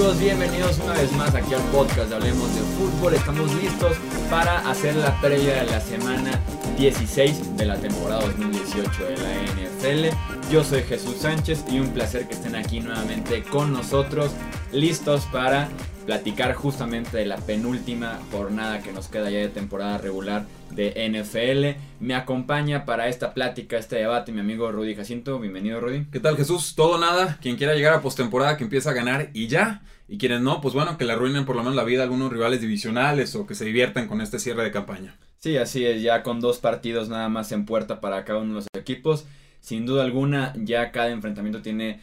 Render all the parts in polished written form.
todos, bienvenidos una vez más aquí al podcast de Hablemos de Fútbol. Estamos listos para hacer la previa de la semana 16 de la temporada 2018 de la NFL. Yo soy Jesús Sánchez y un placer que estén aquí nuevamente con nosotros, listos para platicar justamente de la penúltima jornada que nos queda ya de temporada regular de NFL. Me acompaña para esta plática, este debate, mi amigo Rudy Jacinto. Bienvenido, Rudy. ¿Qué tal, Jesús? Todo o nada. Quien quiera llegar a postemporada, que empiece a ganar y ya. Y quienes no, pues bueno, que le arruinen por lo menos la vida a algunos rivales divisionales o que se diviertan con este cierre de campaña. Sí, así es, ya con 2 partidos nada más en puerta para cada uno de los equipos. Sin duda alguna, ya cada enfrentamiento tiene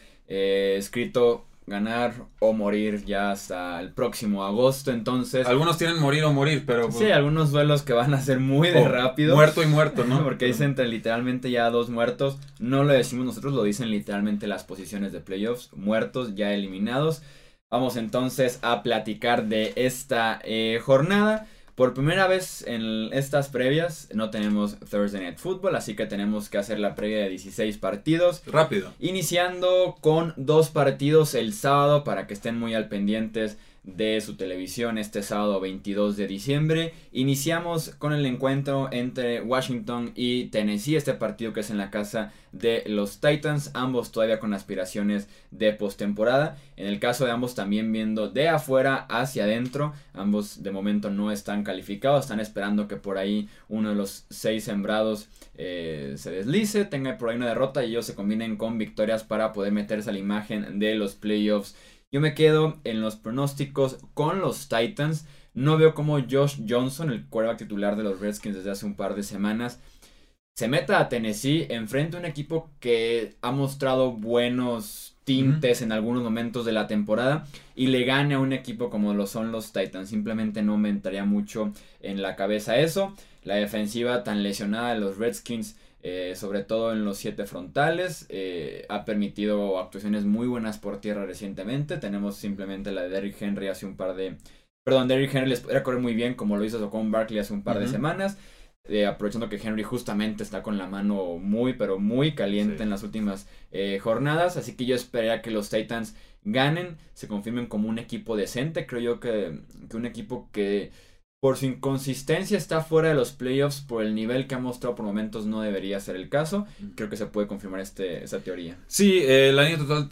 escrito ganar o morir ya hasta el próximo agosto, entonces... Algunos tienen morir o morir, pero... Sí, algunos duelos que van a ser muy de rápido. Muerto y muerto, ¿no? Porque dicen literalmente ya 2 muertos. No lo decimos nosotros, lo dicen literalmente las posiciones de playoffs. Muertos, ya eliminados. Vamos entonces a platicar de esta jornada. Por primera vez en estas previas no tenemos Thursday Night Football, así que tenemos que hacer la previa de 16 partidos. Rápido. Iniciando con 2 partidos el sábado para que estén muy al pendientes de su televisión este sábado 22 de diciembre. Iniciamos con el encuentro entre Washington y Tennessee, este partido que es en la casa de los Titans, ambos todavía con aspiraciones de postemporada. En el caso de ambos también viendo de afuera hacia adentro, ambos de momento no están calificados, están esperando que por ahí uno de los 6 sembrados se deslice, tenga por ahí una derrota y ellos se combinen con victorias para poder meterse a la imagen de los playoffs. Yo me quedo en los pronósticos con los Titans. No veo cómo Josh Johnson, el quarterback titular de los Redskins desde hace un par de semanas, se meta a Tennessee enfrente a un equipo que ha mostrado buenos tintes en algunos momentos de la temporada y le gane a un equipo como lo son los Titans. Simplemente no me entraría mucho en la cabeza eso. La defensiva tan lesionada de los Redskins, sobre todo en los 7 frontales, ha permitido actuaciones muy buenas por tierra recientemente. Tenemos simplemente la de Derrick Henry hace un par de... Perdón, Derrick Henry les podría correr muy bien como lo hizo Saquon Barkley hace un par de semanas. Aprovechando que Henry justamente está con la mano muy, pero muy caliente en las últimas jornadas. Así que yo esperaría que los Titans ganen, se confirmen como un equipo decente. Creo yo que un equipo que por su inconsistencia está fuera de los playoffs, por el nivel que ha mostrado por momentos no debería ser el caso. Creo que se puede confirmar esa teoría. Sí, la línea total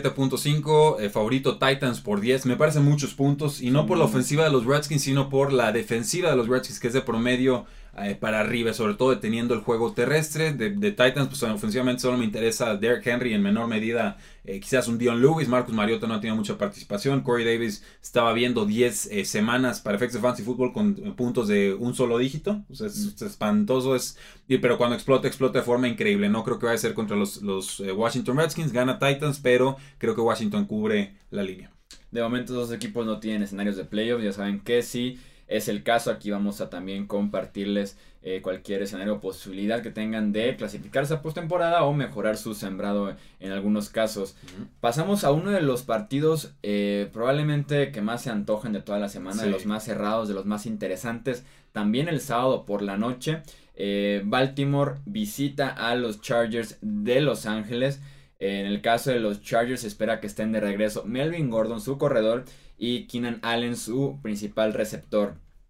37.5, favorito Titans por 10, me parecen muchos puntos y no por la ofensiva de los Redskins, sino por la defensiva de los Redskins, que es de promedio para arriba, sobre todo deteniendo el juego terrestre de Titans. Pues ofensivamente solo me interesa Derrick Henry, en menor medida quizás un Dion Lewis. Marcus Mariota no ha tenido mucha participación. Corey Davis estaba viendo 10 semanas para efectos de fantasy football con puntos de un solo dígito, o sea, es espantoso, pero cuando explota de forma increíble. No creo que vaya a ser contra los Washington Redskins. Gana Titans, pero creo que Washington cubre la línea. De momento los equipos no tienen escenarios de playoffs, ya saben que sí es el caso. Aquí vamos a también compartirles cualquier escenario o posibilidad que tengan de clasificarse a postemporada o mejorar su sembrado en algunos casos. Pasamos a uno de los partidos probablemente que más se antojan de toda la semana, de los más cerrados, de los más interesantes. También el sábado por la noche, Baltimore visita a los Chargers de Los Ángeles. En el caso de los Chargers se espera que estén de regreso Melvin Gordon, su corredor, y Keenan Allen, su principal receptor.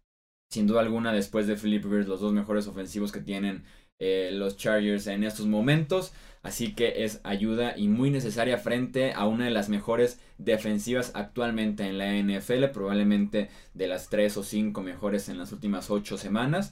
Sin duda alguna, después de Philip Rivers, los 2 mejores ofensivos que tienen los Chargers en estos momentos. Así que es ayuda y muy necesaria frente a una de las mejores defensivas actualmente en la NFL. Probablemente de las 3 o 5 mejores en las últimas 8 semanas.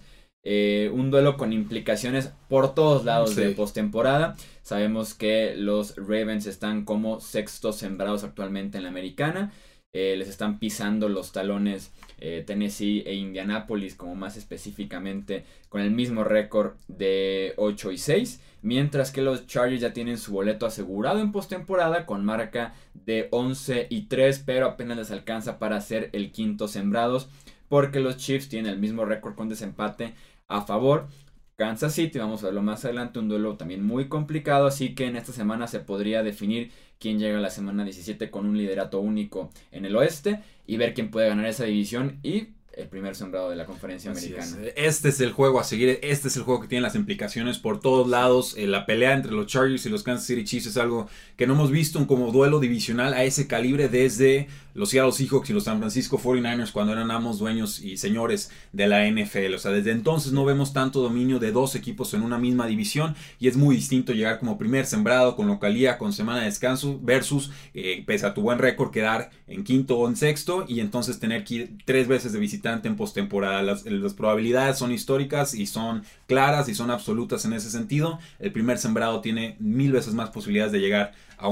Un duelo con implicaciones por todos lados de postemporada. Sabemos que los Ravens están como 6º sembrados actualmente en la americana. Les están pisando los talones Tennessee e Indianapolis, como más específicamente, con el mismo récord de 8-6. Mientras que los Chargers ya tienen su boleto asegurado en postemporada con marca de 11-3, pero apenas les alcanza para ser el 5º sembrados, porque los Chiefs tienen el mismo récord con desempate a favor. Kansas City, vamos a verlo más adelante, un duelo también muy complicado, así que en esta semana se podría definir quién llega a la semana 17 con un liderato único en el oeste y ver quién puede ganar esa división y el primer sembrado de la conferencia americana. Este es el juego a seguir, este es el juego que tiene las implicaciones por todos lados. La pelea entre los Chargers y los Kansas City Chiefs es algo que no hemos visto como duelo divisional a ese calibre desde los Seattle Seahawks y los San Francisco 49ers cuando eran amos, dueños y señores de la NFL. O sea, desde entonces no vemos tanto dominio de dos equipos en una misma división y es muy distinto llegar como primer sembrado con localía, con semana de descanso versus, pese a tu buen récord, quedar en quinto o en sexto y entonces tener que ir 3 veces de visitante en postemporada. Las probabilidades son históricas y son claras y son absolutas en ese sentido. El primer sembrado tiene 1000 veces más posibilidades de llegar a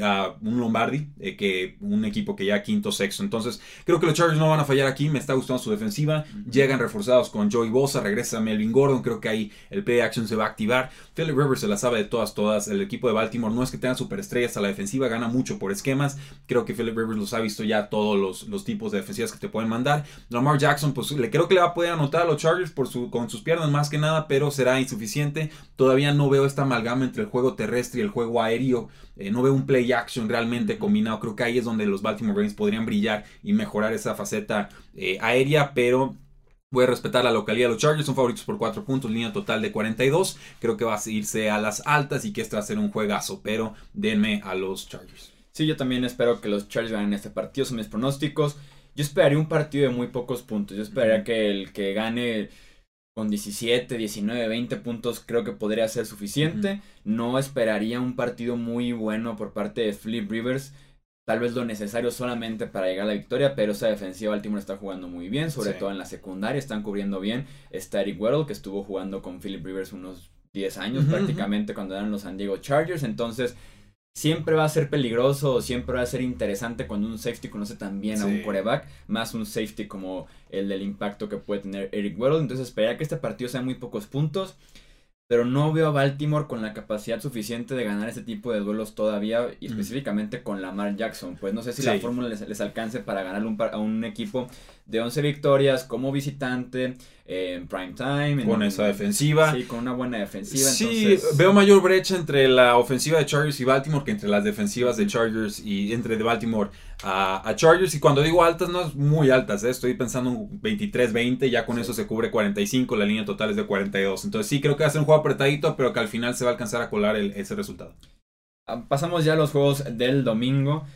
un Lombardi que un equipo que ya quinto o sexto. Entonces creo que los Chargers no van a fallar aquí. Me está gustando su defensiva. Llegan reforzados con Joey Bosa, regresa Melvin Gordon. Creo que ahí el play action se va a activar. Philip Rivers se la sabe de todas. El equipo de Baltimore no es que tenga superestrellas a la defensiva, gana mucho por esquemas. Creo que Philip Rivers los ha visto ya todos los tipos de defensivas que te pueden mandar. Lamar Jackson, pues creo que le va a poder anotar a los Chargers con sus piernas más que nada, pero será insuficiente. Todavía no veo esta amalgama entre el juego terrestre y el juego aéreo. No veo un play action realmente combinado. Creo que ahí es donde los Baltimore Ravens podrían brillar y mejorar esa faceta aérea, pero voy a respetar la localidad. Los Chargers son favoritos por 4 puntos, línea total de 42. Creo que va a irse a las altas y que este va a ser un juegazo, pero denme a los Chargers. Sí, yo también espero que los Chargers ganen este partido, son mis pronósticos. Yo esperaría un partido de muy pocos puntos. Yo esperaría que el que gane con 17, 19, 20 puntos creo que podría ser suficiente. No esperaría un partido muy bueno por parte de Philip Rivers. Tal vez lo necesario solamente para llegar a la victoria, pero esa defensiva Baltimore está jugando muy bien, sobre todo en la secundaria, están cubriendo bien. Está Eric Weddle, que estuvo jugando con Philip Rivers unos 10 años prácticamente cuando eran los San Diego Chargers. Entonces siempre va a ser peligroso, siempre va a ser interesante cuando un safety conoce tan bien a un quarterback, más un safety como el del impacto que puede tener Eric Weddle. Entonces esperaría que este partido sea muy pocos puntos, pero no veo a Baltimore con la capacidad suficiente de ganar este tipo de duelos todavía, y específicamente con Lamar Jackson. Pues no sé si la fórmula les alcance para ganarle a un equipo de 11 victorias como visitante en prime time. Con esa defensiva. Sí, con una buena defensiva. Sí, entonces veo mayor brecha entre la ofensiva de Chargers y Baltimore que entre las defensivas de Chargers y entre de Baltimore a Chargers. Y cuando digo altas, no es muy altas, estoy pensando en 23-20, ya con eso se cubre 45, la línea total es de 42. Entonces sí, creo que va a ser un juego apretadito, pero que al final se va a alcanzar a colar ese resultado. Pasamos ya a los juegos del domingo.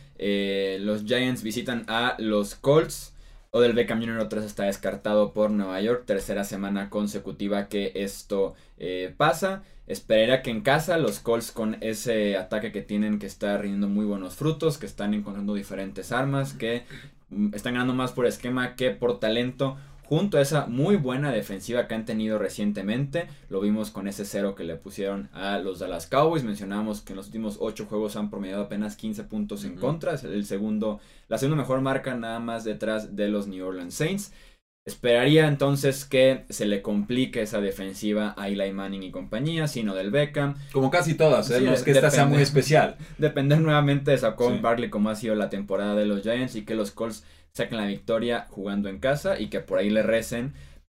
Los Giants visitan a los Colts. Odell Beckham Jr. otra vez está descartado por Nueva York. Tercera semana consecutiva que esto pasa. Esperaría que en casa los Colts, con ese ataque que tienen, que está rindiendo muy buenos frutos, que están encontrando diferentes armas, que están ganando más por esquema que por talento, junto a esa muy buena defensiva que han tenido recientemente. Lo vimos con ese 0 que le pusieron a los Dallas Cowboys. Mencionamos que en los últimos 8 juegos han promediado apenas 15 puntos en contra. Es la segunda mejor marca, nada más detrás de los New Orleans Saints. Esperaría entonces que se le complique esa defensiva a Eli Manning y compañía, sino del Beckham. Como casi todas, no es que esta sea muy especial. Depender nuevamente de Saquon Barkley, como ha sido la temporada de los Giants, y que los Colts saquen la victoria jugando en casa y que por ahí le recen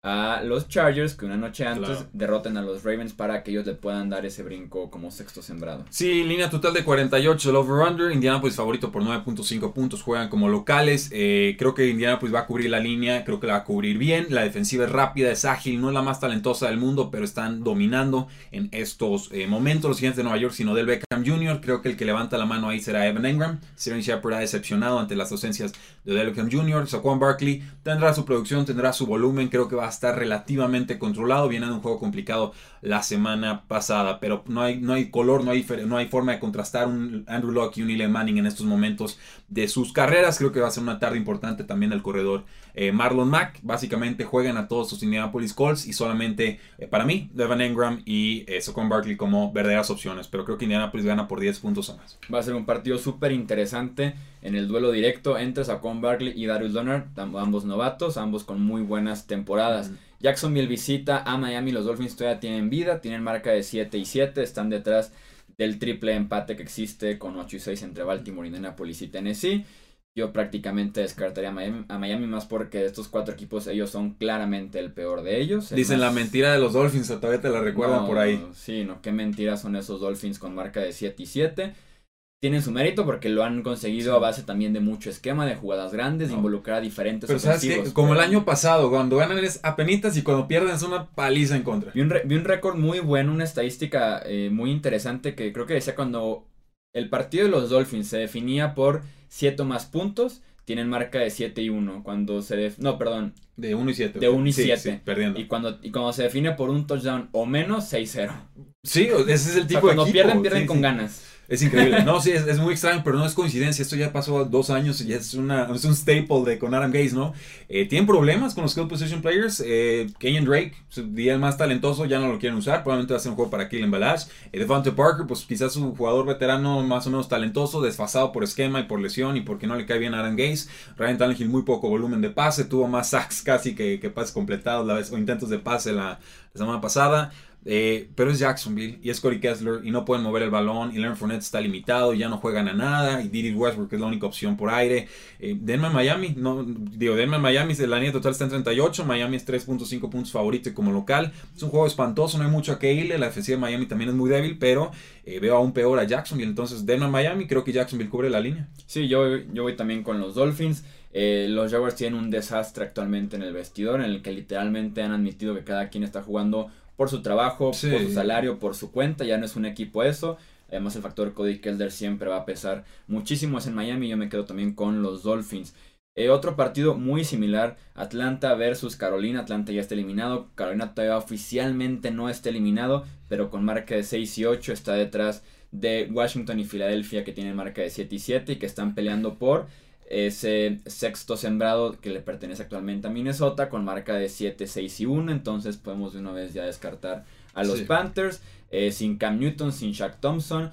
a los Chargers que una noche antes derroten a los Ravens para que ellos le puedan dar ese brinco como sexto sembrado. Sí, línea total de 48, el over-under. Indianapolis favorito por 9.5 puntos, juegan como locales. Creo que Indianapolis va a cubrir la línea, creo que la va a cubrir bien. La defensiva es rápida, es ágil, no es la más talentosa del mundo, pero están dominando en estos momentos los Gigantes de Nueva York, sino del Beckham Jr. Creo que el que levanta la mano ahí será Evan Engram. Sterling Shepard ha decepcionado ante las ausencias de Odell Beckham Jr. Saquon Barkley tendrá su producción, tendrá su volumen, creo que va a estar relativamente controlado. Viene de un juego complicado la semana pasada, pero no hay color, no hay forma de contrastar un Andrew Luck y un Eli Manning en estos momentos de sus carreras. Creo que va a ser una tarde importante también del corredor Marlon Mack. Básicamente juegan a todos sus Indianapolis Colts y solamente para mí Evan Engram y Saquon Barkley como verdaderas opciones, pero creo que Indianapolis gana por 10 puntos o más. Va a ser un partido súper interesante en el duelo directo entre Saquon Barkley y Darius Leonard, ambos novatos, ambos con muy buenas temporadas. Jacksonville visita a Miami. Los Dolphins todavía tienen vida, tienen marca de 7-7, están detrás del triple empate que existe con 8-6 entre Baltimore, Indianapolis y Tennessee. Yo prácticamente descartaría a Miami más porque de estos 4 equipos ellos son claramente el peor de ellos. Dicen la mentira de los Dolphins, todavía te la recuerdan por ahí. Sí, no, qué mentiras son esos Dolphins con marca de 7-7. tienen su mérito porque lo han conseguido a base también de mucho esquema, de jugadas grandes, de involucrar a diferentes pero ofensivos. ¿sabes qué? Como el año pasado, cuando ganan es apenitas y cuando pierden es una paliza en contra. Vi un récord muy bueno, una estadística muy interesante que creo que decía cuando el partido de los Dolphins se definía por 7 o más puntos, tienen marca de 7-1. Cuando se no, perdón. De 1-7. De 1-7. Sí, perdiendo. Y cuando se define por un touchdown o menos, 6-0. Sí, ese es el tipo de cuando equipo. pierden con ganas. Es increíble. No, sí, es muy extraño, pero no es coincidencia. Esto ya pasó 2 años y es un staple con Adam Gase, ¿no? Tienen problemas con los skill position players. Kenyon Drake, su día más talentoso, ya no lo quieren usar. Probablemente va a ser un juego para Kalen Ballage. Devontae Parker, pues quizás un jugador veterano más o menos talentoso, desfasado por esquema y por lesión y porque no le cae bien a Adam Gase. Ryan Tannehill, muy poco volumen de pase. Tuvo más sacks casi que pases completados o intentos de pase la semana pasada. Pero es Jacksonville y es Cody Kessler y no pueden mover el balón y Leonard Fournette está limitado y ya no juegan a nada y Didi Westbrook es la única opción por aire. Denme a Miami, denme a Miami, la línea total está en 38, Miami es 3.5 puntos favorito y como local. Es un juego espantoso, no hay mucho a que irle, la defensiva de Miami también es muy débil, pero veo aún peor a Jacksonville, entonces denme a Miami, creo que Jacksonville cubre la línea. Sí, yo voy también con los Dolphins. Los Jaguars tienen un desastre actualmente en el vestidor en el que literalmente han admitido que cada quien está jugando por su trabajo, sí, por su salario, por su cuenta, ya no es un equipo eso. Además el factor Cody Kessler siempre va a pesar muchísimo, es en Miami, yo me quedo también con los Dolphins. Otro partido muy similar, Atlanta versus Carolina. Atlanta ya está eliminado, Carolina todavía oficialmente no está eliminado, pero con marca de 6-8 está detrás de Washington y Filadelfia que tienen marca de 7-7 y que están peleando por ese sexto sembrado que le pertenece actualmente a Minnesota con marca de 7-6-1. Entonces podemos de una vez ya descartar a los Panthers sin Cam Newton, sin Shaq Thompson.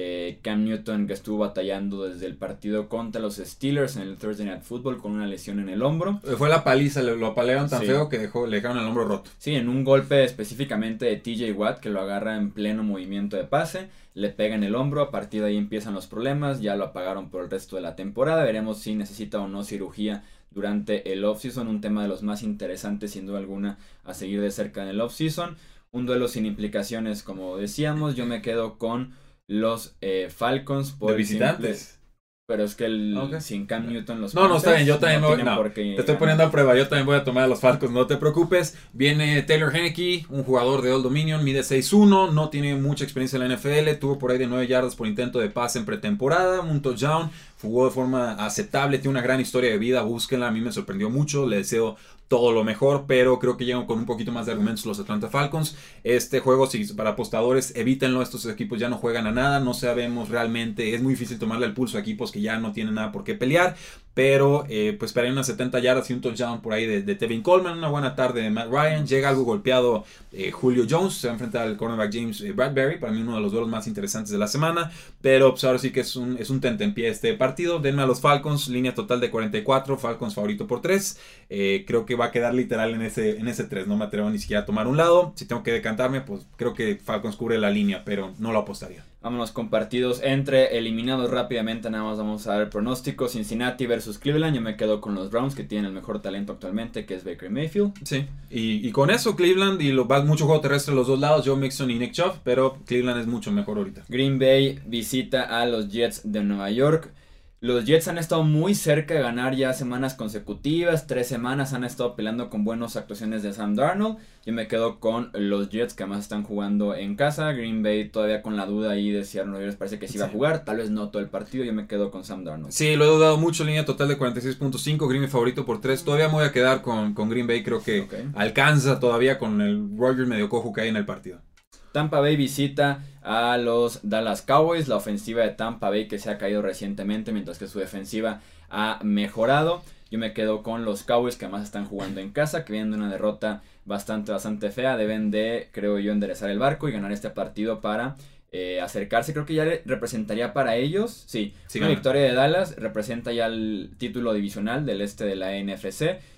Cam Newton que estuvo batallando desde el partido contra los Steelers en el Thursday Night Football con una lesión en el hombro. Fue la paliza, lo apalearon tan feo que le dejaron el hombro roto. Sí, en un golpe específicamente de TJ Watt que lo agarra en pleno movimiento de pase, le pega en el hombro, a partir de ahí empiezan los problemas, ya lo apagaron por el resto de la temporada, veremos si necesita o no cirugía durante el offseason, un tema de los más interesantes sin duda alguna a seguir de cerca en el offseason. Un duelo sin implicaciones como decíamos, yo me quedo con los Falcons por de visitantes. Pero es que sin Cam Newton los No, está bien, yo también te estoy poniendo a prueba, yo también voy a tomar a los Falcons, no te preocupes. Viene Taylor Heinicke, un jugador de Old Dominion, mide 6'1", no tiene mucha experiencia en la NFL, tuvo por ahí de 9 yardas por intento de pase en pretemporada, un touchdown, jugó de forma aceptable, tiene una gran historia de vida, búsquenla, a mí me sorprendió mucho, le deseo todo lo mejor, pero creo que llegan con un poquito más de argumentos los Atlanta Falcons. Este juego, si para apostadores, evítenlo, estos equipos ya no juegan a nada, no sabemos realmente, es muy difícil tomarle el pulso a equipos que ya no tienen nada por qué pelear, pero pues para unas 70 yardas y un touchdown por ahí de Tevin Coleman, una buena tarde de Matt Ryan, llega algo golpeado Julio Jones, se va a enfrentar al cornerback James Bradbury, para mí uno de los duelos más interesantes de la semana, pero pues ahora sí que es un tentempié este partido. Denme a los Falcons, línea total de 44, Falcons favorito por 3, creo que va a quedar literal en ese 3, no me atrevo ni siquiera a tomar un lado, si tengo que decantarme pues creo que Falcons cubre la línea, pero no lo apostaría. Vámonos con partidos entre eliminados rápidamente, nada más vamos a dar el pronóstico. Cincinnati versus Cleveland, yo me quedo con los Browns que tienen el mejor talento actualmente, que es Baker Mayfield. Sí, y con eso Cleveland y mucho juego terrestre a los dos lados, Joe Mixon y Nick Chubb, pero Cleveland es mucho mejor ahorita. Green Bay visita a los Jets de Nueva York. Los Jets han estado muy cerca de ganar ya semanas consecutivas, 3 semanas han estado peleando con buenas actuaciones de Sam Darnold. Yo me quedo con los Jets que además están jugando en casa. Green Bay todavía con la duda ahí de si Aaron Rodgers parece que sí va a jugar, tal vez no todo el partido, yo me quedo con Sam Darnold. Sí, lo he dudado mucho, línea total de 46.5, Green Bay favorito por 3, todavía me voy a quedar con Green Bay, creo que alcanza todavía con el Rodgers medio cojo que hay en el partido. Tampa Bay visita a los Dallas Cowboys, la ofensiva de Tampa Bay que se ha caído recientemente mientras que su defensiva ha mejorado. Yo me quedo con los Cowboys que además están jugando en casa, que vienen de una derrota bastante fea. Deben de, creo yo, enderezar el barco y ganar este partido para acercarse. Creo que ya representaría para ellos, sí una victoria de Dallas representa ya el título divisional del este de la NFC.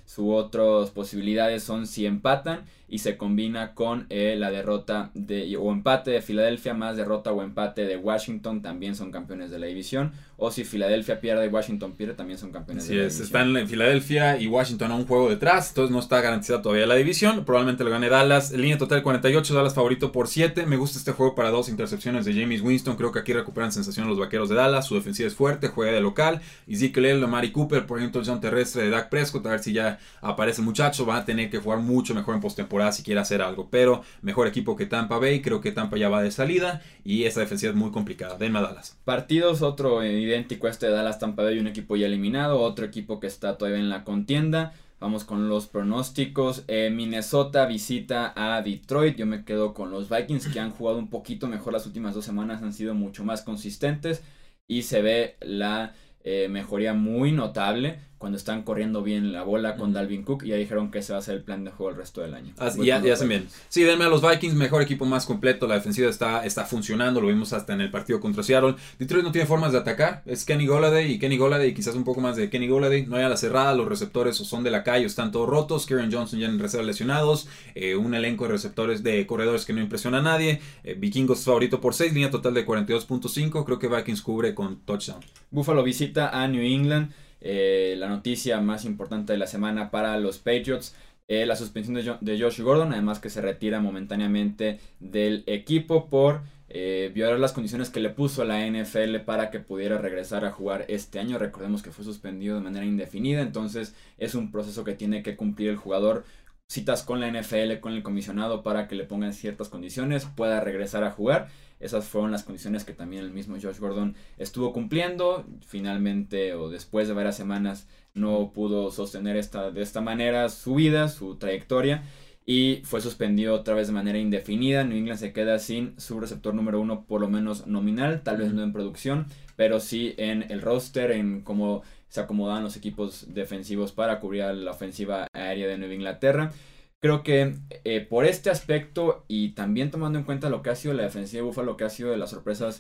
Sus otras posibilidades son si empatan y se combina con la derrota o empate de Filadelfia más derrota o empate de Washington, también son campeones de la división. O si Filadelfia pierde y Washington pierde, también son campeones de la división. Están en Filadelfia y Washington a un juego detrás, entonces no está garantizada todavía la división. Probablemente lo gane Dallas. Línea total 48, Dallas favorito por 7. Me gusta este juego para 2 intercepciones de Jameis Winston. Creo que aquí recuperan sensación los vaqueros de Dallas. Su defensiva es fuerte, juega de local. Ezekiel Elliott, Amari Cooper, por ejemplo, el touchdown terrestre de Dak Prescott. A ver si ya aparece el muchacho. Va a tener que jugar mucho mejor en postemporada si quiere hacer algo. Pero mejor equipo que Tampa Bay. Creo que Tampa ya va de salida y esa defensiva es muy complicada. Denme a Dallas. Partidos, otro idéntico este de Dallas Tampa Bay, un equipo ya eliminado, otro equipo que está todavía en la contienda. Vamos con los pronósticos. Minnesota visita a Detroit. Yo me quedo con los Vikings, que han jugado un poquito mejor las últimas 2 semanas, han sido mucho más consistentes y se ve la mejoría muy notable cuando están corriendo bien la bola con Dalvin Cook, y ya dijeron que ese va a ser el plan de juego el resto del año. Ya hacen bien. Sí, denme a los Vikings, mejor equipo, más completo, la defensiva está funcionando, lo vimos hasta en el partido contra Seattle. Detroit no tiene formas de atacar, es Kenny Golladay y quizás un poco más de Kenny Golladay, no hay a la cerrada, los receptores o son de la calle o están todos rotos, Kieran Johnson ya en reserva lesionados, un elenco de receptores de corredores que no impresiona a nadie. Vikingos favorito por 6, línea total de 42.5, creo que Vikings cubre con touchdown. Buffalo visita a New England. La noticia más importante de la semana para los Patriots, la suspensión de Josh Gordon, además que se retira momentáneamente del equipo por violar las condiciones que le puso la NFL para que pudiera regresar a jugar este año. Recordemos que fue suspendido de manera indefinida, entonces es un proceso que tiene que cumplir el jugador, citas con la NFL, con el comisionado, para que le pongan ciertas condiciones, pueda regresar a jugar. Esas fueron las condiciones que también el mismo Josh Gordon estuvo cumpliendo. Finalmente, o después de varias semanas, no pudo sostener de esta manera su vida, su trayectoria, y fue suspendido otra vez de manera indefinida. New England se queda sin su receptor número 1, por lo menos nominal, tal vez no en producción, pero sí en el roster, en cómo se acomodan los equipos defensivos para cubrir a la ofensiva aérea de Nueva Inglaterra. Creo que por este aspecto, y también tomando en cuenta lo que ha sido la defensiva de Buffalo, que ha sido de las sorpresas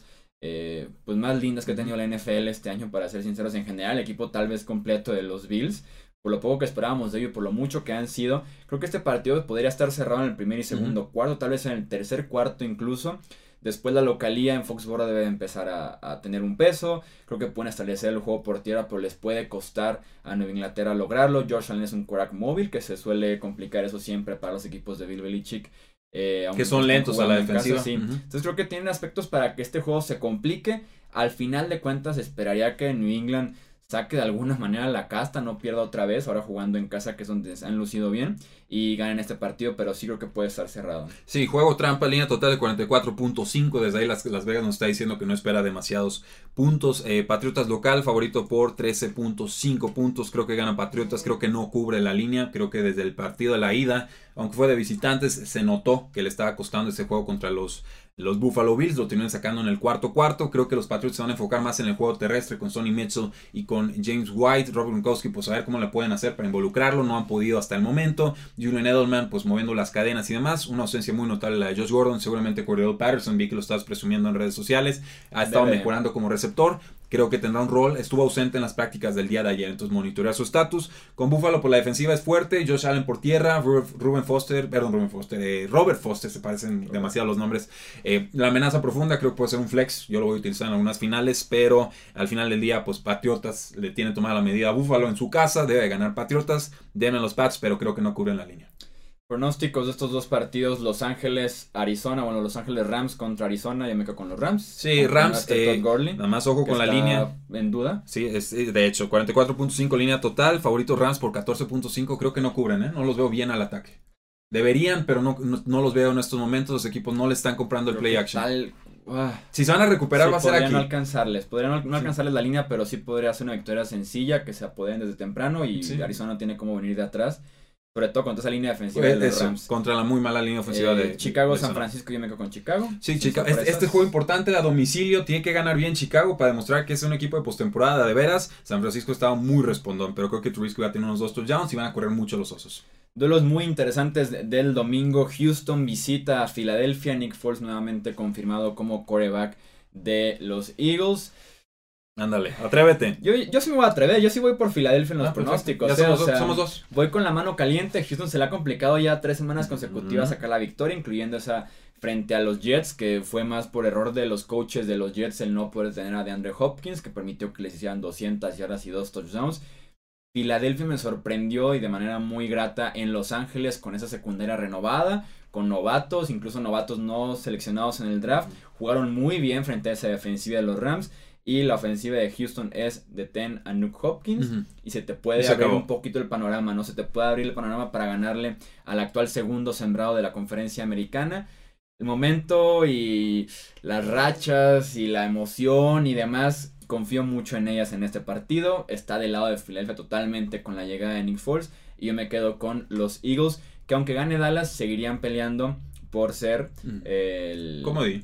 pues más lindas que ha tenido la NFL este año, para ser sinceros, en general, el equipo tal vez completo de los Bills, por lo poco que esperábamos de ellos y por lo mucho que han sido, creo que este partido podría estar cerrado en el primer y segundo cuarto, tal vez en el tercer cuarto incluso. Después la localía en Foxborough debe empezar a tener un peso. Creo que pueden establecer el juego por tierra, pero les puede costar a Nueva Inglaterra lograrlo. Josh Allen es un quarterback móvil, que se suele complicar eso siempre para los equipos de Bill Belichick. Que son lentos a la defensiva. Sí. Entonces creo que tienen aspectos para que este juego se complique. Al final de cuentas esperaría que New England saque de alguna manera la casta, no pierda otra vez, ahora jugando en casa, que es donde se han lucido bien, y ganen este partido, pero sí creo que puede estar cerrado. Sí, juego trampa, línea total de 44.5, desde ahí Las Vegas nos está diciendo que no espera demasiados puntos. Patriotas local, favorito por 13.5 puntos, creo que gana Patriotas, creo que no cubre la línea, creo que desde el partido de la ida, aunque fue de visitantes, se notó que le estaba costando ese juego contra los Buffalo Bills, lo terminan sacando en el cuarto. Creo que los Patriots se van a enfocar más en el juego terrestre con Sonny Mitchell y con James White. Robert Gronkowski, pues a ver cómo le pueden hacer para involucrarlo, no han podido hasta el momento. Julian Edelman, pues moviendo las cadenas y demás. Una ausencia muy notable la de Josh Gordon, seguramente Cordell Patterson, vi que lo estabas presumiendo en redes sociales, ha estado mejorando como receptor. Creo que tendrá un rol, estuvo ausente en las prácticas del día de ayer, entonces monitorea su estatus. Con Buffalo, por la defensiva es fuerte, Josh Allen por tierra, Robert Foster, se parecen demasiado los nombres. La amenaza profunda creo que puede ser un flex, yo lo voy a utilizar en algunas finales, pero al final del día, pues Patriotas le tiene tomada la medida a Buffalo en su casa, debe ganar Patriotas, denme los Pats, pero creo que no cubren la línea. Pronósticos de estos dos partidos: Los Ángeles Rams contra Arizona. Yo me quedo con los Rams. Sí, Rams, nada más ojo con la línea. ¿En duda? Sí, de hecho, 44.5 línea total, favorito Rams por 14.5, creo que no cubren, no los veo bien al ataque. Deberían, pero no los veo en estos momentos, los equipos no le están comprando el play action. Si se van a recuperar, va a ser aquí. Podrían no alcanzarles la línea, pero sí podría ser una victoria sencilla, que se apoderen desde temprano, y Arizona no tiene cómo venir de atrás. Sobre todo contra esa línea defensiva de los Rams. Contra la muy mala línea ofensiva de Chicago, San Francisco, yo me quedo con Chicago. Sí, Chicago. Este juego importante a domicilio, tiene que ganar bien Chicago para demostrar que es un equipo de postemporada de veras. San Francisco estaba muy respondón, pero creo que Trubisky va a tener unos 2 touchdowns y van a correr mucho los Osos. Duelos muy interesantes del domingo. Houston visita a Filadelfia. Nick Foles nuevamente confirmado como quarterback de los Eagles. Ándale, atrévete. Yo sí me voy a atrever, yo sí voy por Filadelfia en los pronósticos. Ya somos dos. Voy con la mano caliente. Houston se le ha complicado ya 3 semanas consecutivas sacar la victoria, incluyendo esa frente a los Jets, que fue más por error de los coaches de los Jets el no poder tener a DeAndre Hopkins, que permitió que les hicieran 200 yardas y 2 touchdowns. Filadelfia me sorprendió y de manera muy grata en Los Ángeles con esa secundaria renovada, con novatos, incluso novatos no seleccionados en el draft. Jugaron muy bien frente a esa defensiva de los Rams. Y la ofensiva de Houston es detén a Nuke Hopkins. Y se te puede abrir un poquito el panorama, ¿no? Se te puede abrir el panorama para ganarle al actual segundo sembrado de la conferencia americana. El momento y las rachas y la emoción y demás, confío mucho en ellas en este partido. Está del lado de Filadelfia totalmente con la llegada de Nick Foles. Y yo me quedo con los Eagles, que aunque gane Dallas, seguirían peleando por ser el comodín.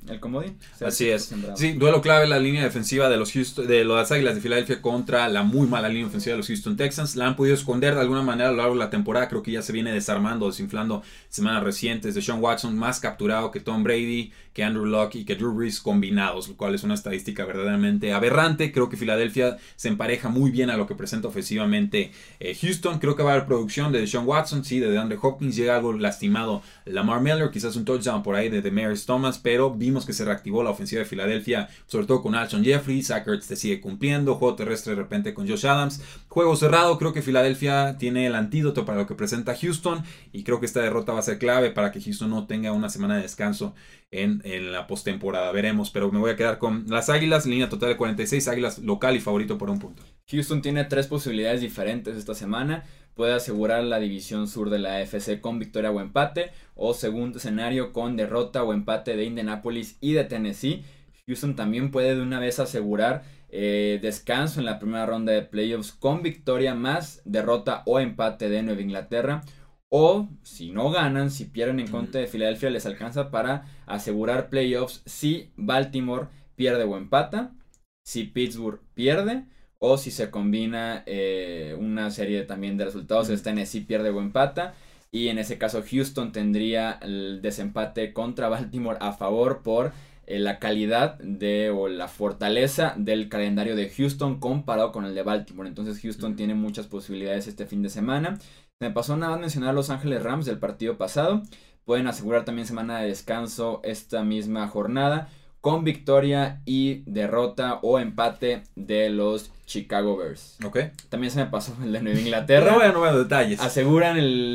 Así es. Sembrado. Sí, duelo clave la línea defensiva de las Águilas de Filadelfia contra la muy mala línea ofensiva de los Houston Texans. La han podido esconder de alguna manera a lo largo de la temporada. Creo que ya se viene desarmando, desinflando semanas recientes. De Sean Watson más capturado que Tom Brady, que Andrew Luck y que Drew Brees combinados, lo cual es una estadística verdaderamente aberrante. Creo que Filadelfia se empareja muy bien a lo que presenta ofensivamente Houston. Creo que va a haber producción de Sean Watson, sí, de DeAndre Hopkins. Llega algo lastimado Lamar Miller, quizás un touchdown por ahí de Demaryius Thomas, pero vimos que se reactivó la ofensiva de Filadelfia, sobre todo con Alshon Jeffrey. Zach Ertz te sigue cumpliendo, juego terrestre de repente con Josh Adams, juego cerrado. Creo que Filadelfia tiene el antídoto para lo que presenta Houston, y creo que esta derrota va a ser clave para que Houston no tenga una semana de descanso en la postemporada. Veremos, pero me voy a quedar con las Águilas, línea total de 46, Águilas local y favorito por 1 punto. Houston tiene 3 posibilidades diferentes esta semana. Puede asegurar la división sur de la AFC con victoria o empate, o segundo escenario con derrota o empate de Indianapolis y de Tennessee. Houston también puede de una vez asegurar descanso en la primera ronda de playoffs con victoria más derrota o empate de Nueva Inglaterra. O si no ganan, si pierden en contra de Filadelfia, les alcanza para asegurar playoffs si Baltimore pierde o empata, si Pittsburgh pierde, o si se combina una serie también de resultados, Tennessee pierde o empata. Y en ese caso Houston tendría el desempate contra Baltimore a favor por la calidad o la fortaleza del calendario de Houston comparado con el de Baltimore. Entonces Houston tiene muchas posibilidades este fin de semana. Me pasó nada más mencionar a Los Ángeles Rams del partido pasado. Pueden asegurar también semana de descanso esta misma jornada con victoria y derrota o empate de los Chicago Bears. También se me pasó el de Nueva Inglaterra. No veo detalles. Aseguran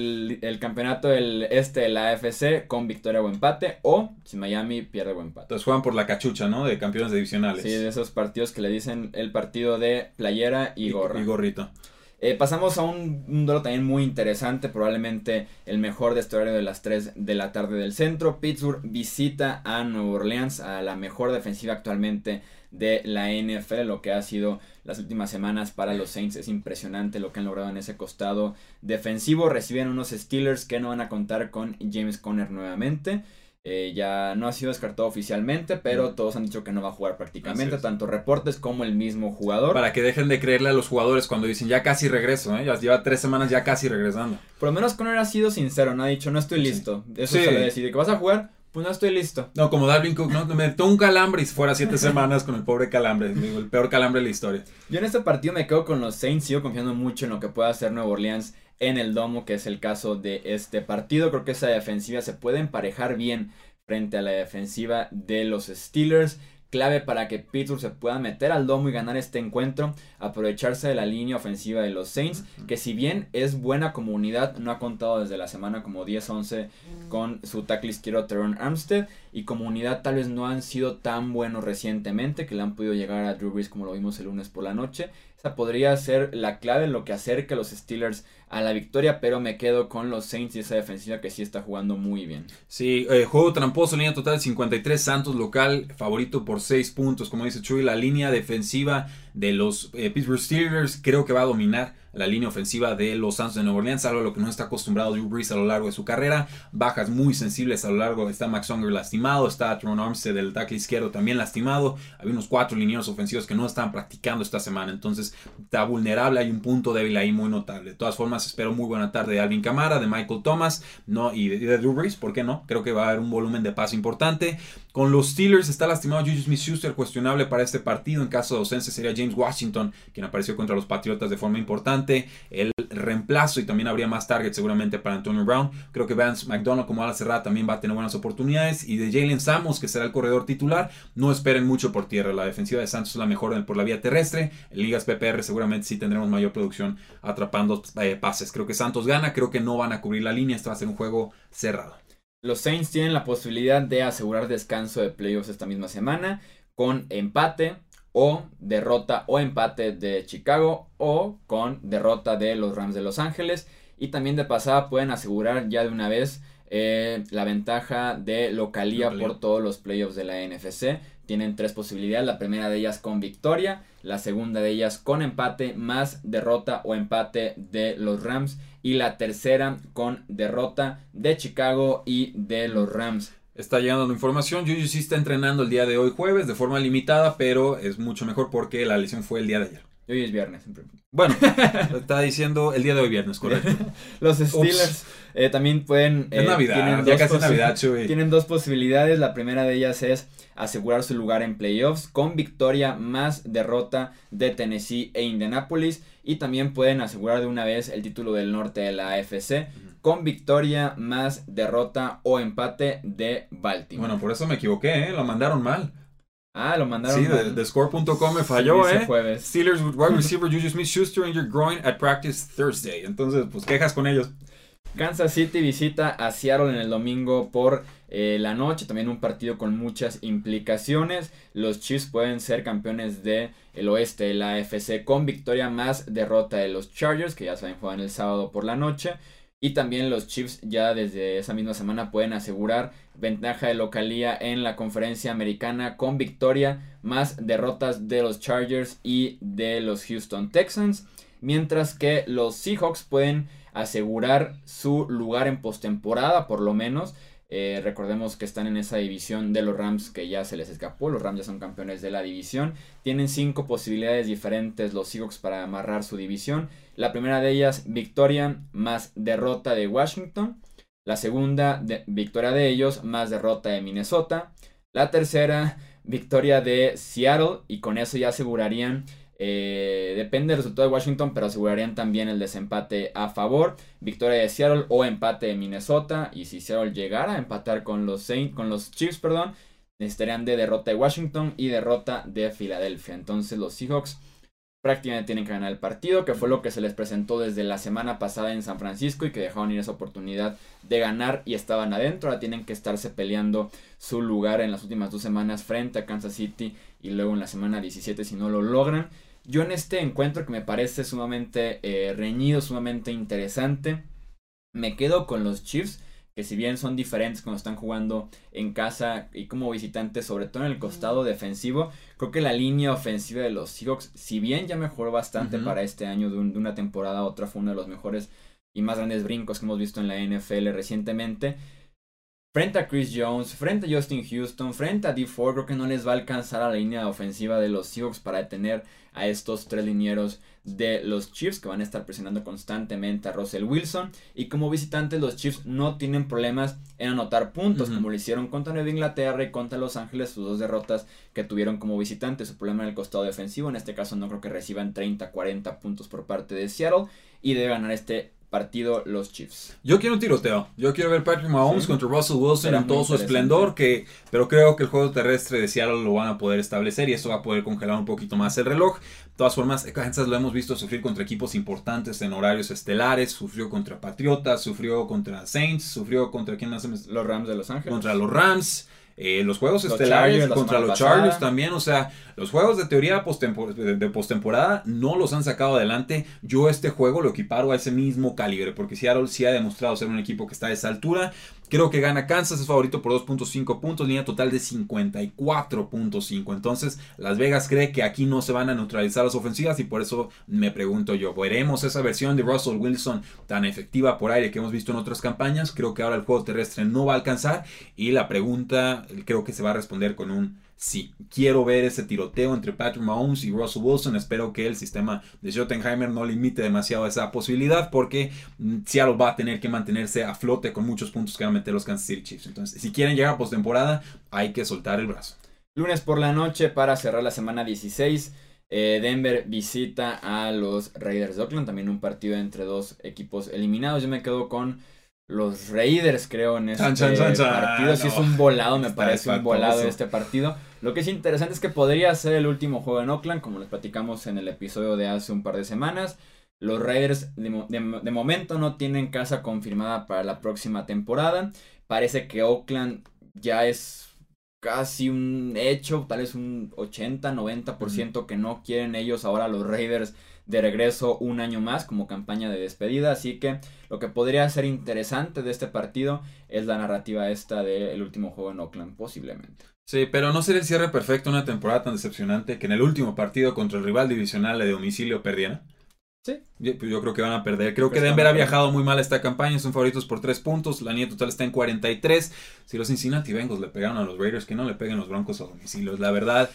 el campeonato de la AFC con victoria o empate, o si Miami pierde o empate. Entonces juegan por la cachucha, ¿no? De campeones divisionales. Sí, de esos partidos que le dicen el partido de playera y gorra. Y gorrito. Pasamos a un duelo también muy interesante, probablemente el mejor de este horario de las 3 de la tarde del centro. Pittsburgh visita a Nueva Orleans, a la mejor defensiva actualmente de la NFL. Lo que ha sido las últimas semanas para los Saints es impresionante lo que han logrado en ese costado defensivo. Reciben unos Steelers que no van a contar con James Conner nuevamente. Ya no ha sido descartado oficialmente, pero todos han dicho que no va a jugar prácticamente, tanto reportes como el mismo jugador. Para que dejen de creerle a los jugadores cuando dicen ya casi regreso, ya lleva 3 semanas ya casi regresando. Por lo menos Conner ha sido sincero, no ha dicho no estoy listo. Eso se le decide que vas a jugar, pues no estoy listo. No, como Dalvin Cook, no, me metió un calambre y fuera 7 semanas con el pobre calambre, el peor calambre de la historia. Yo en este partido me quedo con los Saints, sigo confiando mucho en lo que pueda hacer Nueva Orleans en el domo, que es el caso de este partido. Creo que esa defensiva se puede emparejar bien frente a la defensiva de los Steelers. Clave para que Pittsburgh se pueda meter al domo y ganar este encuentro, aprovecharse de la línea ofensiva de los Saints, que si bien es buena como unidad, no ha contado desde la semana como 10-11 con su tackle izquierdo Teron Armstead, y como unidad tal vez no han sido tan buenos recientemente, que le han podido llegar a Drew Brees como lo vimos el lunes por la noche. Esa podría ser la clave en lo que acerque a los Steelers a la victoria, pero me quedo con los Saints y esa defensiva que sí está jugando muy bien. Sí, juego tramposo, línea total 53, Santos local, favorito por 6 puntos, como dice Chuy. La línea defensiva de los Pittsburgh Steelers creo que va a dominar la línea ofensiva de los Santos de Nueva Orleans, algo a lo que no está acostumbrado Drew Brees a lo largo de su carrera. Bajas muy sensibles a lo largo. Está Max Unger lastimado, está Teron Armstead del tackle izquierdo también lastimado. Había unos 4 linieros ofensivos que no estaban practicando esta semana, entonces está vulnerable. Hay un punto débil ahí muy notable. De todas formas, espero muy buena tarde de Alvin Kamara, de Michael Thomas, ¿no? y de Drew Brees, ¿por qué no? Creo que va a haber un volumen de pase importante. Con los Steelers está lastimado Juju Smith-Schuster, cuestionable para este partido. En caso de ausencia sería James Washington, quien apareció contra los Patriotas de forma importante. El reemplazo, y también habría más targets seguramente para Antonio Brown. Creo que Vance McDonald como ala cerrada también va a tener buenas oportunidades. Y de Jalen Samos, que será el corredor titular, no esperen mucho por tierra. La defensiva de Santos es la mejor por la vía terrestre. En ligas PPR seguramente sí tendremos mayor producción atrapando pases. Creo que Santos gana, creo que no van a cubrir la línea. Este va a ser un juego cerrado. Los Saints tienen la posibilidad de asegurar descanso de playoffs esta misma semana con empate o derrota o empate de Chicago o con derrota de los Rams de Los Ángeles. Y también de pasada pueden asegurar ya de una vez la ventaja de localía por todos los playoffs de la NFC. Tienen 3 posibilidades, la primera de ellas con victoria, la segunda de ellas con empate más derrota o empate de los Rams y la tercera con derrota de Chicago y de los Rams. Está llegando la información. Juju sí está entrenando el día de hoy jueves de forma limitada, pero es mucho mejor porque la lesión fue el día de ayer. Y hoy es viernes. Siempre. Bueno, está diciendo el día de hoy viernes, correcto. Los Steelers también pueden... es Navidad, ya casi es Navidad, Chuy. Tienen 2 posibilidades. La primera de ellas es asegurar su lugar en playoffs con victoria más derrota de Tennessee e Indianapolis. Y también pueden asegurar de una vez el título del norte de la AFC con victoria más derrota o empate de Baltimore. Bueno, por eso me equivoqué, lo mandaron mal. Ah, lo mandaron mal. Sí, de score.com me falló, jueves. Steelers with wide receiver Juju Smith-Schuster injured groin at practice Thursday. Entonces, pues quejas con ellos. Kansas City visita a Seattle en el domingo por la noche. También un partido con muchas implicaciones. Los Chiefs pueden ser campeones del oeste de la AFC con victoria más derrota de los Chargers, que ya saben juegan el sábado por la noche. Y también los Chiefs ya desde esa misma semana pueden asegurar ventaja de localía en la conferencia americana con victoria más derrotas de los Chargers y de los Houston Texans. Mientras que los Seahawks pueden asegurar su lugar en postemporada por lo menos. Recordemos que están en esa división de los Rams que ya se les escapó. Los Rams ya son campeones de la división. Tienen 5 posibilidades diferentes los Seahawks para amarrar su división. La primera de ellas, victoria más derrota de Washington. La segunda, victoria de ellos más derrota de Minnesota. La tercera, victoria de Seattle. Y con eso ya asegurarían... depende del resultado de Washington, pero asegurarían también el desempate a favor. Victoria de Seattle o empate de Minnesota. Y si Seattle llegara a empatar con los Chiefs, necesitarían de derrota de Washington y derrota de Filadelfia. Entonces los Seahawks prácticamente tienen que ganar el partido, que fue lo que se les presentó desde la semana pasada en San Francisco y que dejaron ir esa oportunidad de ganar y estaban adentro. Ahora tienen que estarse peleando su lugar en las últimas 2 semanas frente a Kansas City y luego en la semana 17 si no lo logran. Yo en este encuentro que me parece sumamente reñido, sumamente interesante, me quedo con los Chiefs, que si bien son diferentes cuando están jugando en casa y como visitantes, sobre todo en el costado defensivo, creo que la línea ofensiva de los Seahawks, si bien ya mejoró bastante para este año, de una temporada a otra fue uno de los mejores y más grandes brincos que hemos visto en la NFL recientemente, frente a Chris Jones, frente a Justin Houston, frente a Dee Ford, creo que no les va a alcanzar a la línea ofensiva de los Seahawks para detener a estos 3 linieros de los Chiefs que van a estar presionando constantemente a Russell Wilson. Y como visitantes los Chiefs no tienen problemas en anotar puntos, como lo hicieron contra Nueva Inglaterra y contra Los Ángeles, sus 2 derrotas que tuvieron como visitantes. Su problema en el costado defensivo, en este caso no creo que reciban 30-40 puntos por parte de Seattle y debe ganar este partido los Chiefs. Yo quiero un tiroteo. Yo quiero ver Patrick Mahomes contra Russell Wilson en todo su esplendor, pero creo que el juego terrestre de Seattle lo van a poder establecer y eso va a poder congelar un poquito más el reloj. De todas formas, Kansas lo hemos visto sufrir contra equipos importantes en horarios estelares. Sufrió contra Patriotas, sufrió contra Saints, sufrió contra ¿quién más? Los Rams de Los Ángeles. Contra los Rams. Los juegos estelares Chargers, contra los Chargers también, o sea, los juegos de teoría de postemporada no los han sacado adelante. Yo este juego lo equiparo a ese mismo calibre, porque Seattle sí ha demostrado ser un equipo que está a esa altura. Creo que gana Kansas, es favorito por 2.5 puntos, línea total de 54.5. Entonces, Las Vegas cree que aquí no se van a neutralizar las ofensivas y por eso me pregunto yo, ¿veremos esa versión de Russell Wilson tan efectiva por aire que hemos visto en otras campañas? Creo que ahora el juego terrestre no va a alcanzar y la pregunta creo que se va a responder con un sí. Quiero ver ese tiroteo entre Patrick Mahomes y Russell Wilson. Espero que el sistema de Schottenheimer no limite demasiado esa posibilidad porque Seattle va a tener que mantenerse a flote con muchos puntos que van a meter los Kansas City Chiefs. Entonces, si quieren llegar a postemporada, hay que soltar el brazo. Lunes por la noche para cerrar la semana 16. Denver visita a los Raiders de Oakland. También un partido entre dos equipos eliminados. Yo me quedo con los Raiders, creo, en este partido. Sí, es un volado, me parece un volado este partido. Lo que es interesante es que podría ser el último juego en Oakland, como les platicamos en el episodio de hace un par de semanas. Los Raiders de momento no tienen casa confirmada para la próxima temporada. Parece que Oakland ya es casi un hecho, tal vez un 80-90% que no quieren ellos ahora los Raiders de regreso un año más como campaña de despedida, así que lo que podría ser interesante de este partido es la narrativa esta del último juego en Oakland, posiblemente. Sí, pero no sería el cierre perfecto una temporada tan decepcionante que en el último partido contra el rival divisional de domicilio perdieran. Sí. Yo creo que van a perder. Creo que Denver ha viajado muy mal esta campaña. Son favoritos por 3 puntos. La línea total está en 43. Si los Cincinnati Bengals le pegaron a los Raiders, que no le peguen los Broncos a domicilio. La verdad,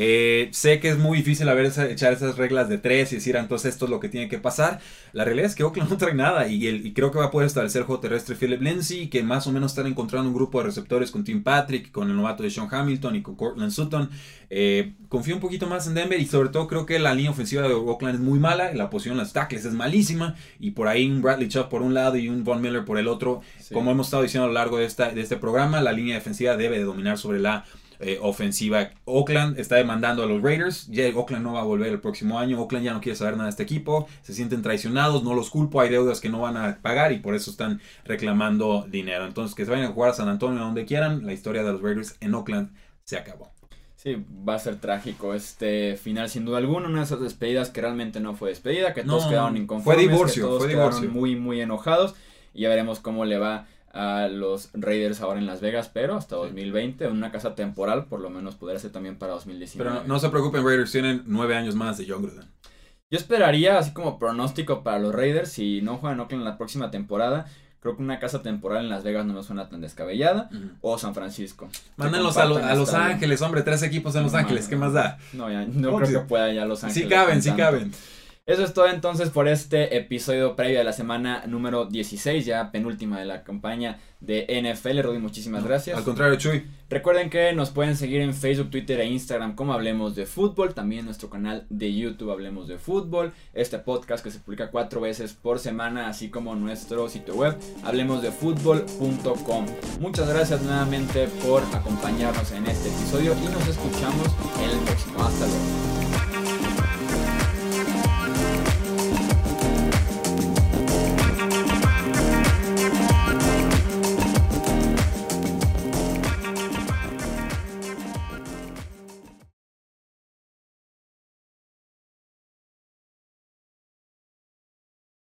sé que es muy difícil echar esas reglas de 3 y decir, entonces esto es lo que tiene que pasar. La realidad es que Oakland no trae nada y creo que va a poder establecer el juego terrestre Philip Lindsay, que más o menos están encontrando un grupo de receptores con Tim Patrick, con el novato de Sean Hamilton y con Courtland Sutton. Confío un poquito más en Denver y sobre todo creo que la línea ofensiva de Oakland es muy mala. La posición de los tackles es malísima y por ahí un Bradley Chubb por un lado y un Von Miller por el otro. Sí. Como hemos estado diciendo a lo largo de este programa, la línea defensiva debe de dominar sobre la ofensiva. Oakland está demandando a los Raiders. Ya Oakland no va a volver el próximo año. Oakland ya no quiere saber nada de este equipo. Se sienten traicionados. No los culpo. Hay deudas que no van a pagar y por eso están reclamando dinero. Entonces que se vayan a jugar a San Antonio donde quieran. La historia de los Raiders en Oakland se acabó. Sí, va a ser trágico este final sin duda alguna, una de esas despedidas que realmente no fue despedida, que todos quedaron inconformes, fue divorcio, quedaron muy muy enojados y ya veremos cómo le va a los Raiders ahora en Las Vegas, pero hasta 2020, en una casa temporal, por lo menos podría ser también para 2019. Pero no se preocupen, Raiders tienen 9 años más de John Gruden. Yo esperaría, así como pronóstico para los Raiders, si no juegan Oakland en la próxima temporada, creo que una casa temporal en Las Vegas no me suena tan descabellada. O San Francisco. Mándenlos a Los Ángeles, hombre. 3 equipos en Los Ángeles. ¿Qué más da? No, ya no creo que pueda ya Los Ángeles. Sí caben. Eso es todo entonces por este episodio previo de la semana número 16, ya penúltima de la campaña de NFL. Rudy, muchísimas gracias. Al contrario, Chuy. Recuerden que nos pueden seguir en Facebook, Twitter e Instagram como Hablemos de Fútbol. También en nuestro canal de YouTube Hablemos de Fútbol. Este podcast que se publica 4 veces por semana, así como nuestro sitio web hablemosdefutbol.com. Muchas gracias nuevamente por acompañarnos en este episodio y nos escuchamos en el próximo. Hasta luego.